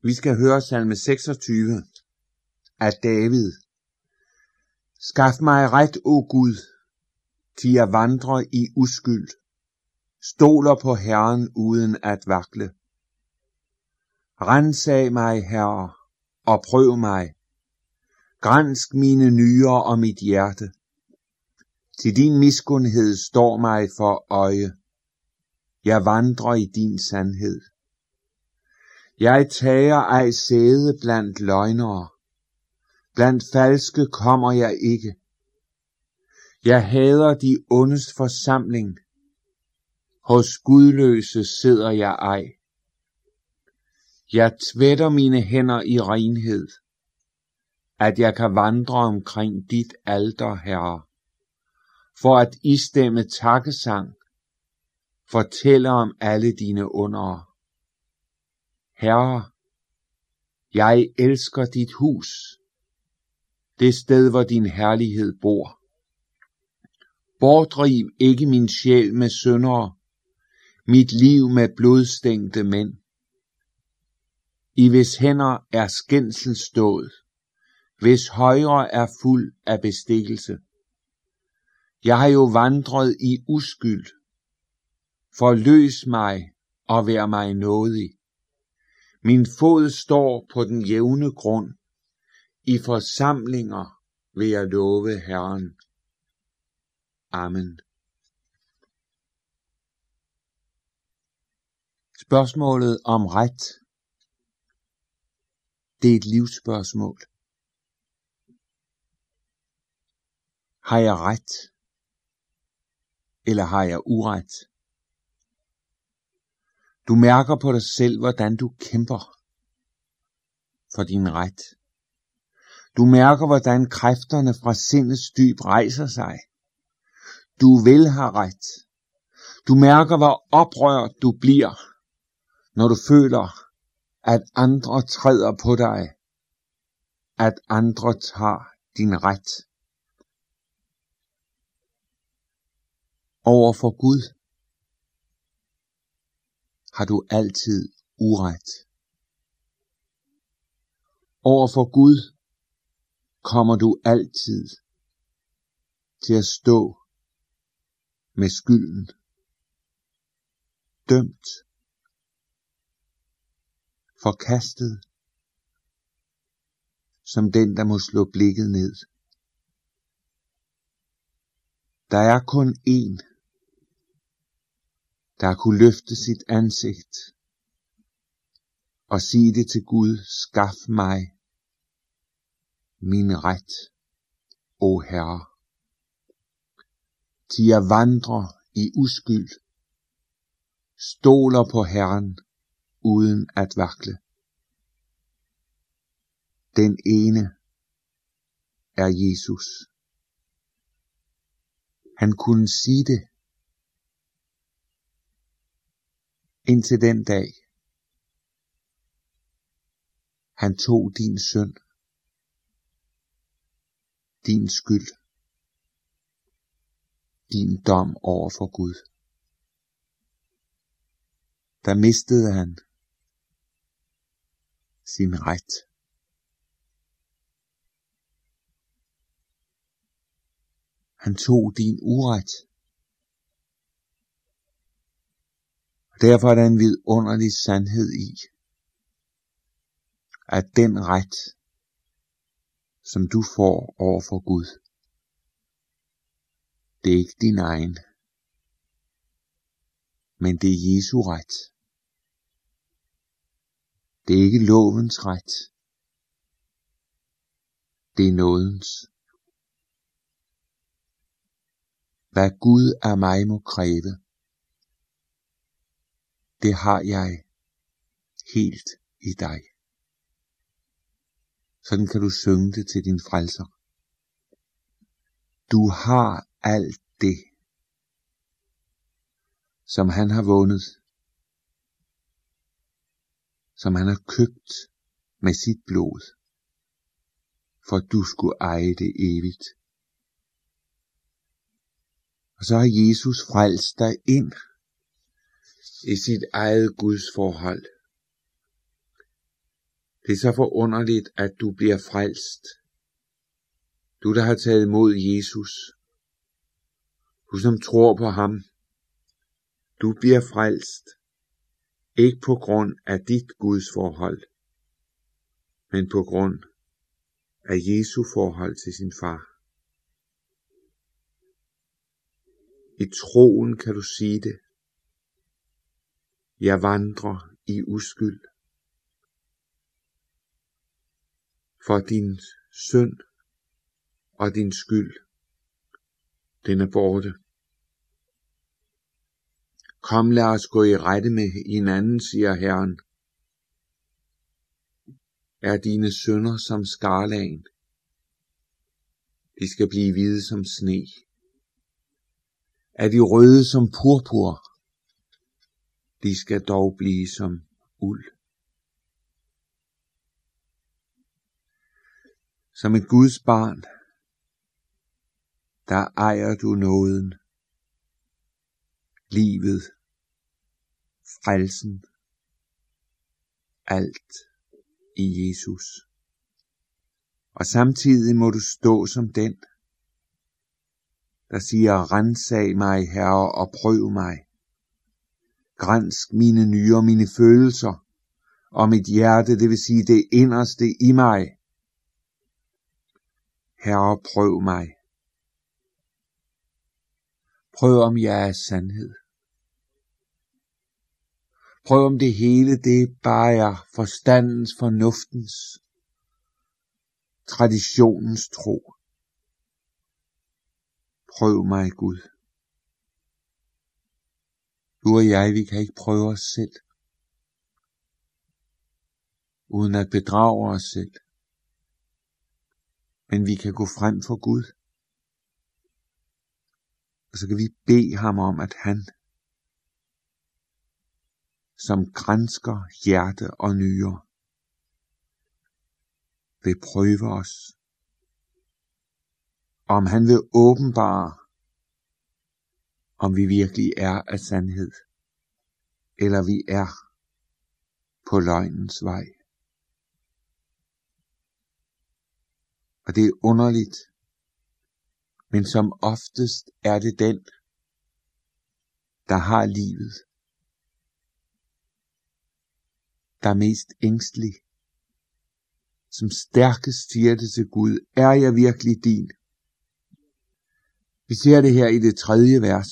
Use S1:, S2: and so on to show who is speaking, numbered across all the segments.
S1: Vi skal høre salme 26 af David. Skaf mig ret, o Gud, til jeg vandrer i uskyld, stoler på Herren uden at vakle. Ransag mig, Herre, og prøv mig. Gransk mine nyrer og mit hjerte. Til din miskundhed står mig for øje. Jeg vandrer i din sandhed. Jeg tager ej sæde blandt løgnere. Blandt falske kommer jeg ikke. Jeg hader de ondes forsamling. Hos gudløse sidder jeg ej. Jeg tvætter mine hænder i renhed, at jeg kan vandre omkring dit alter, Herre, for at istemme takkesang, fortælle om alle dine undere. Herre, jeg elsker dit hus, det sted, hvor din herlighed bor. Bortdriv ikke min sjæl med syndere, mit liv med blodstængte mænd. I hvis hænder er skændselsdåd, hvis højre er fuld af bestikkelse. Jeg har jo vandret i uskyld. Forløs mig og vær mig nådig. Min fod står på den jævne grund. I forsamlinger vil jeg love Herren. Amen. Spørgsmålet om ret. Det er et livsspørgsmål. Har jeg ret? Eller har jeg uret? Du mærker på dig selv, hvordan du kæmper for din ret. Du mærker, hvordan kræfterne fra sindets dyb rejser sig. Du vil have ret. Du mærker, hvor oprørt du bliver, når du føler, at andre træder på dig, at andre tager din ret. Over for Gud har du altid uret. Over for Gud kommer du altid til at stå med skylden, dømt, forkastet, som den, der må slå blikket ned. Der er kun én, der kunne løfte sit ansigt og sige det til Gud: skaf mig min ret, o Herre, til jeg vandrer i uskyld, stoler på Herren uden at vakle. Den ene er Jesus. Han kunne sige det indtil den dag, han tog din synd, din skyld, din dom over for Gud. Der mistede han sin ret. Han tog din uret. Derfor er der en vidunderlig sandhed i, at den ret, som du får over for Gud, det er ikke din egen, men det er Jesu ret. Det er ikke lovens ret. Det er nådens. Hvad Gud af mig må kræve, det har jeg helt i dig. Sådan kan du synge det til din frelser. Du har alt det, som han har vundet, som han har købt med sit blod, for du skulle eje det evigt. Og så har Jesus frelst dig ind i sit eget Guds forhold. Det er så forunderligt, at du bliver frelst. Du, der har taget imod Jesus. Du, som tror på ham. Du bliver frelst. Ikke på grund af dit Guds forhold, men på grund af Jesu forhold til sin far. I troen kan du sige det. Jeg vandrer i uskyld. For din synd og din skyld, den er borte. Kom, lad os gå i rette med hinanden, siger Herren. Er dine synder som skarlagen? De skal blive hvide som sne. Er de røde som purpur? De skal dog blive som uld. Som et Guds barn, der ejer du nåden, livet, frelsen, alt i Jesus. Og samtidig må du stå som den, der siger, ransag mig, Herre, og prøv mig. Gransk mine nyrer, mine følelser, og mit hjerte, det vil sige det inderste i mig. Herre, prøv mig. Prøv om jeg er sandhed. Prøv om det hele, det bare er forstandens, fornuftens, traditionens tro. Prøv mig, Gud. Du og jeg, vi kan ikke prøve os selv, uden at bedrage os selv. Men vi kan gå frem for Gud, og så kan vi bede ham om, at han, som gransker hjerte og nyre, vil prøve os. Om han vil åbenbare, om vi virkelig er af sandhed, eller vi er på løgnens vej. Og det er underligt, men som oftest er det den, der har livet, der er mest ængstelig, som stærkest siger det til Gud, er jeg virkelig din? Vi ser det her i det 3. vers.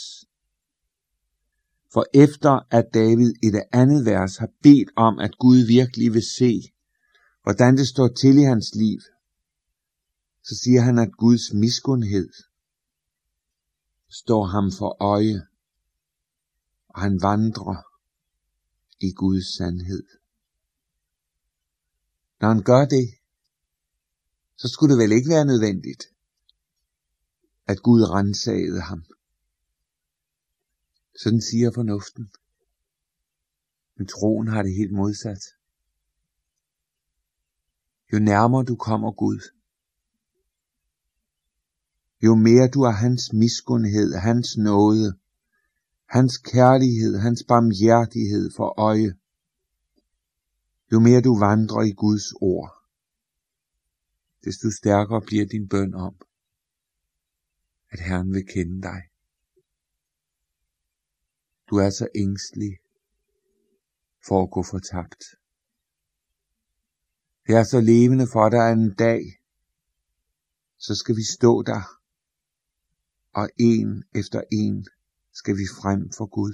S1: For efter at David i det 2. vers har bedt om, at Gud virkelig vil se, hvordan det står til i hans liv, så siger han, at Guds miskundhed står ham for øje, og han vandrer i Guds sandhed. Når han gør det, så skulle det vel ikke være nødvendigt, at Gud ransagede ham. Sådan siger fornuften. Men troen har det helt modsat. Jo nærmere du kommer Gud, jo mere du har hans miskundhed, hans nåde, hans kærlighed, hans barmhjertighed for øje, jo mere du vandrer i Guds ord, desto stærkere bliver din bøn om, at Herren vil kende dig. Du er så ængstelig for at gå fortabt. Det er så levende for dig, at en dag, så skal vi stå der, og en efter en skal vi frem for Gud.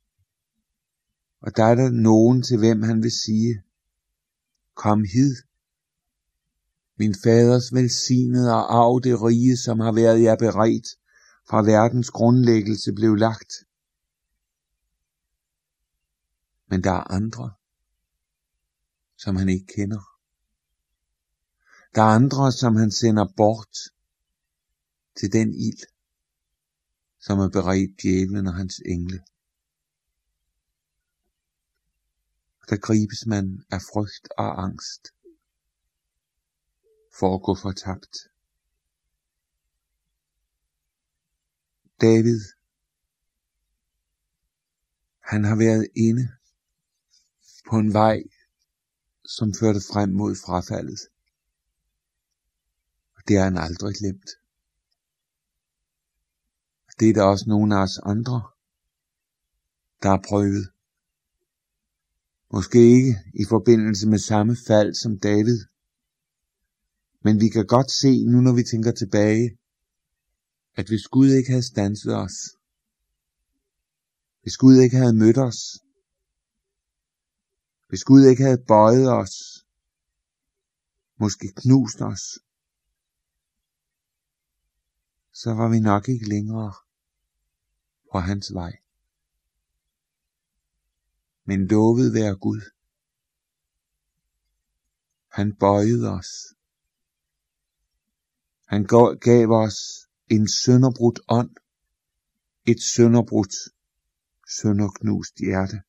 S1: Og der er der nogen, til hvem han vil sige, kom hid, min faders velsignede og arv det rige, som har været jer beredt, fra verdens grundlæggelse blev lagt. Men der er andre, som han ikke kender. Der er andre, som han sender bort til den ild, som er beredt djævlen og hans engle. Der gribes man af frygt og angst for at gå fortabt. David, han har været inde på en vej, som førte frem mod frafaldet. Og det har han aldrig glemt. Det er der også nogle af os andre, der har prøvet. Måske ikke i forbindelse med samme fald som David. Men vi kan godt se, nu når vi tænker tilbage, at hvis Gud ikke havde standset os, hvis Gud ikke havde mødt os, hvis Gud ikke havde bøjet os, måske knust os, så var vi nok ikke længere på hans vej. Men lovet være Gud. Han bøjede os. Han gav os en sønderbrudt ånd, et sønderbrudt, sønderknust hjerte,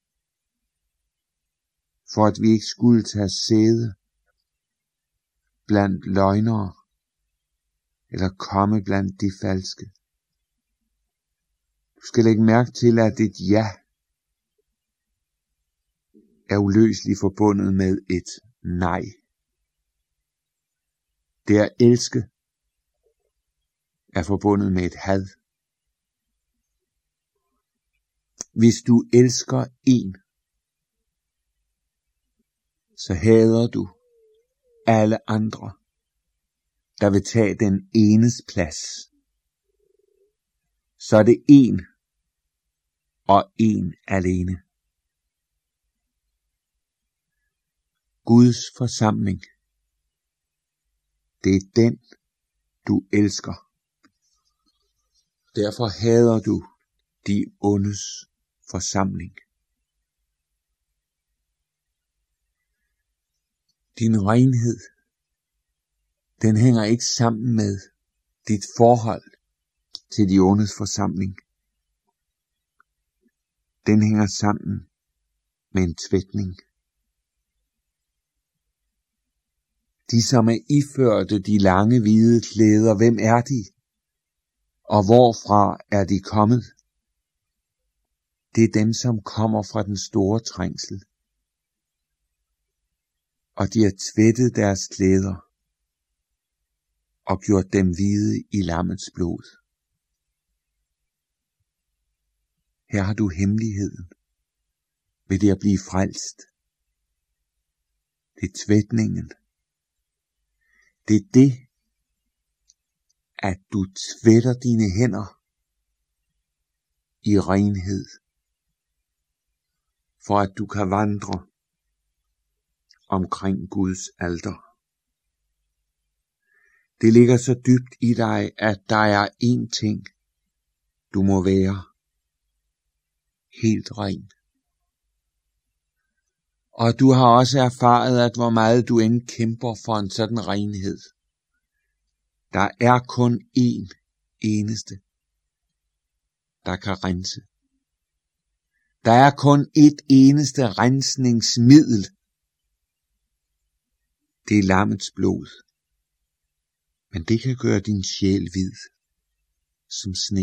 S1: for at vi ikke skulle tage sæde blandt løgnere, eller komme blandt de falske. Du skal lægge mærke til, at et ja er uløseligt forbundet med et nej. Det at elske er forbundet med et had. Hvis du elsker en, så hader du alle andre, der vil tage den enes plads. Så er det en og en alene. Guds forsamling, det er den, du elsker. Derfor hader du de ondes forsamling. Din renhed, den hænger ikke sammen med dit forhold til de ondes forsamling. Den hænger sammen med en tvætning. De, som er iførte de lange hvide klæder, hvem er de? Og hvorfra er de kommet? Det er dem, som kommer fra den store trængsel. Og de har tvættet deres klæder og gjort dem hvide i lammets blod. Her har du hemmeligheden ved det at blive frelst. Det er tvætningen. Det er det, at du tvætter dine hænder i renhed, for at du kan vandre omkring Guds alter. Det ligger så dybt i dig, at der er én ting, du må være helt ren. Og du har også erfaret, at hvor meget du end kæmper for en sådan renhed, der er kun én eneste, der kan rense. Der er kun et eneste rensningsmiddel. Det er lammets blod. Men det kan gøre din sjæl hvid som sne.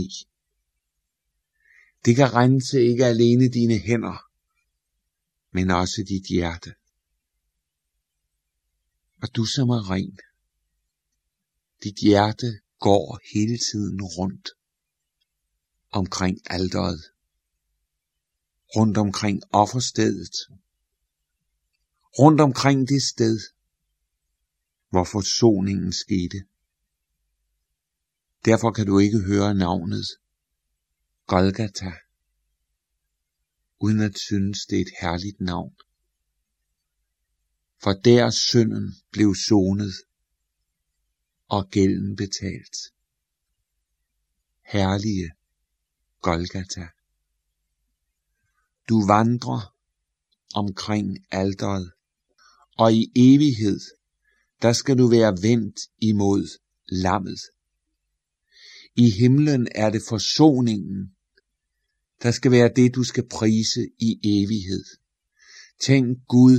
S1: Det kan rense ikke alene dine hænder, men også dit hjerte. Og du som er ren, dit hjerte går hele tiden rundt omkring alteret, rundt omkring offerstedet, rundt omkring det sted, hvor forsoningen skete. Derfor kan du ikke høre navnet Golgata, uden at synes, det er et herligt navn. For der synden blev sonet, og gælden betalt. Herlige Golgata. Du vandrer omkring alteret, og i evighed, der skal du være vendt imod lammet. I himlen er det forsoningen, der skal være det, du skal prise i evighed. Tænk, Gud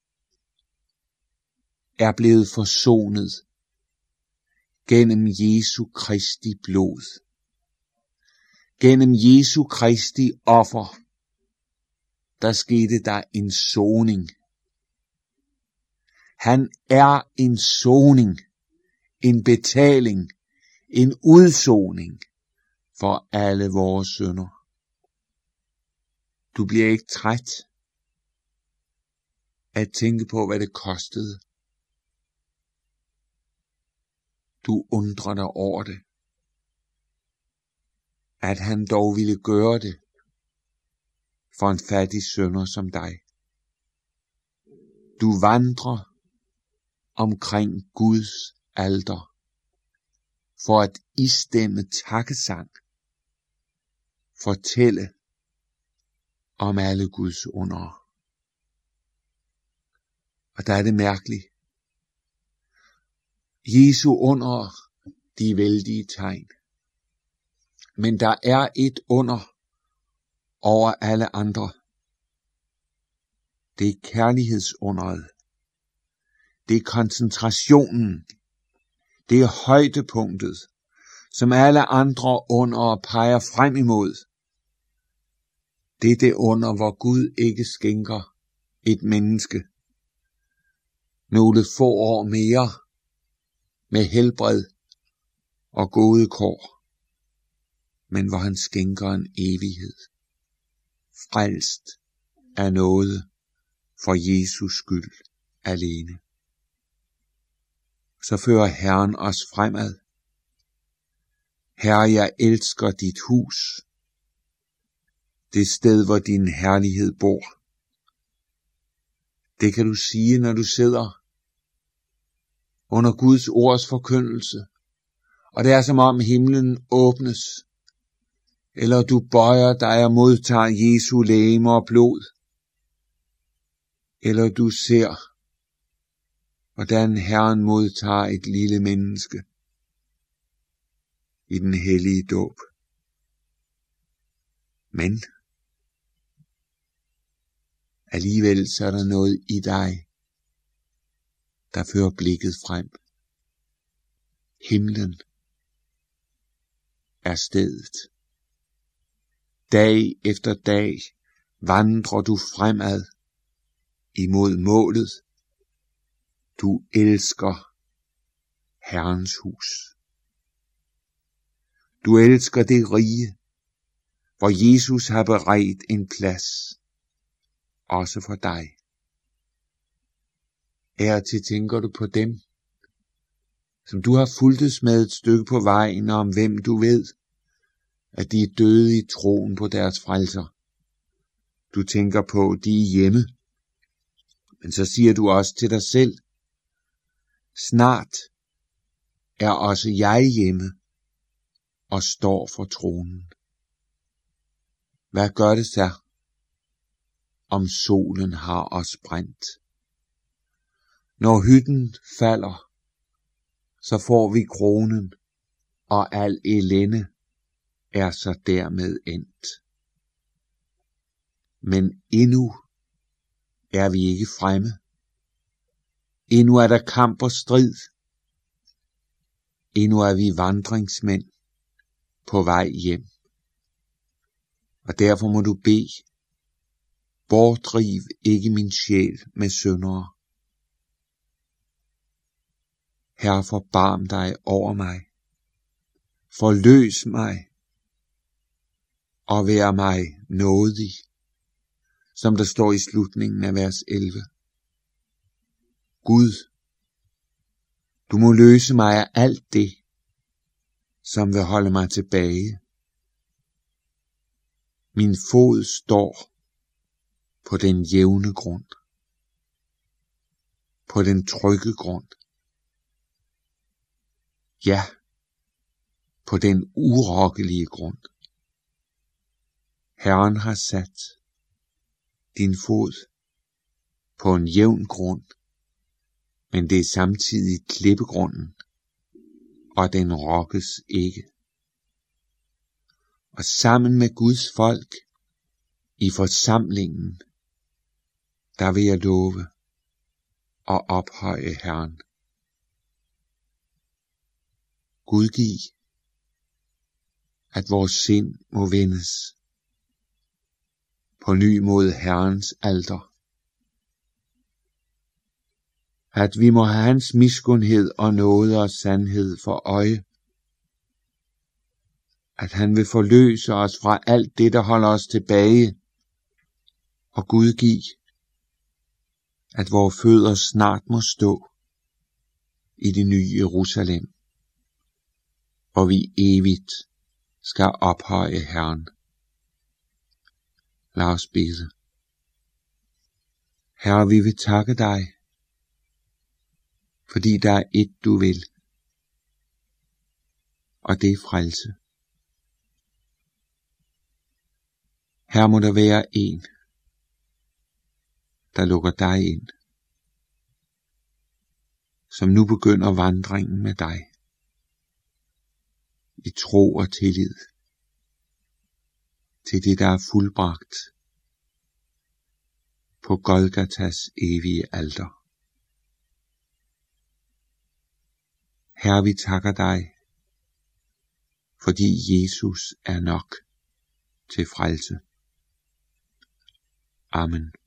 S1: er blevet forsonet gennem Jesu Kristi blod. Gennem Jesu Kristi offer, der skete der en soning. Han er en soning, en betaling, en udsoning for alle vores synder. Du bliver ikke træt at tænke på, hvad det kostede. Du undrer dig over det, at han dog ville gøre det for en fattig synder som dig. Du vandrer omkring Guds alter for at istemme takkesang, fortælle om alle Guds under. Og der er det mærkeligt. Jesu under, de vældige tegn. Men der er et under over alle andre. Det er kærlighedsunderet. Det er koncentrationen. Det er højdepunktet, som alle andre under peger frem imod. Det er det under, hvor Gud ikke skænker et menneske nogle få år mere med helbred og gode kår, men hvor han skænker en evighed, frelst af noget for Jesus skyld alene. Så fører Herren os fremad. Herre, jeg elsker dit hus, det sted, hvor din herlighed bor. Det kan du sige, når du sidder under Guds ords forkyndelse, og det er som om himlen åbnes, eller du bøjer dig og modtager Jesu legeme og blod, eller du ser, hvordan Herren modtager et lille menneske i den hellige dåb. Men alligevel så er der noget i dig, der fører blikket frem. Himlen er stedet. Dag efter dag vandrer du fremad imod målet. Du elsker Herrens hus. Du elsker det rige, hvor Jesus har beredt en plads, også for dig. Til tænker du på dem, som du har fulgtes med et stykke på vejen, om hvem du ved, at de er døde i troen på deres frelser. Du tænker på, de er hjemme, men så siger du også til dig selv, snart er også jeg hjemme og står for tronen. Hvad gør det så, om solen har os brændt? Når hytten falder, så får vi kronen, og al elende er så dermed endt. Men endnu er vi ikke fremme. Endnu er der kamp og strid. Endnu er vi vandringsmænd på vej hjem. Og derfor må du bede, bortdriv ikke min sjæl med syndere. Herre, forbarm dig over mig. Forløs mig og vær mig nådig, som der står i slutningen af vers 11. Gud, du må løse mig af alt det, som vil holde mig tilbage. Min fod står på den jævne grund, på den trygge grund. Ja, på den urokkelige grund. Herren har sat din fod på en jævn grund, men det er samtidig klippegrunden, og den rokkes ikke. Og sammen med Guds folk i forsamlingen, der vil jeg love at ophøje Herren. Gud giv, at vores sind må vendes på ny mod Herrens alter. at vi må have hans miskundhed og nåde og sandhed for øje, at han vil forløse os fra alt det, der holder os tilbage, og Gud give, at vores fødder snart må stå i det nye Jerusalem, hvor vi evigt skal ophøje Herren. Lad os bede. Herre, vi vil takke dig, fordi der er et, du vil, og det er frelse. Her må der være en, der lukker dig ind, som nu begynder vandringen med dig, i tro og tillid, til det, der er fuldbragt på Golgatas evige alter. Herre, vi takker dig, fordi Jesus er nok til frelse. Amen.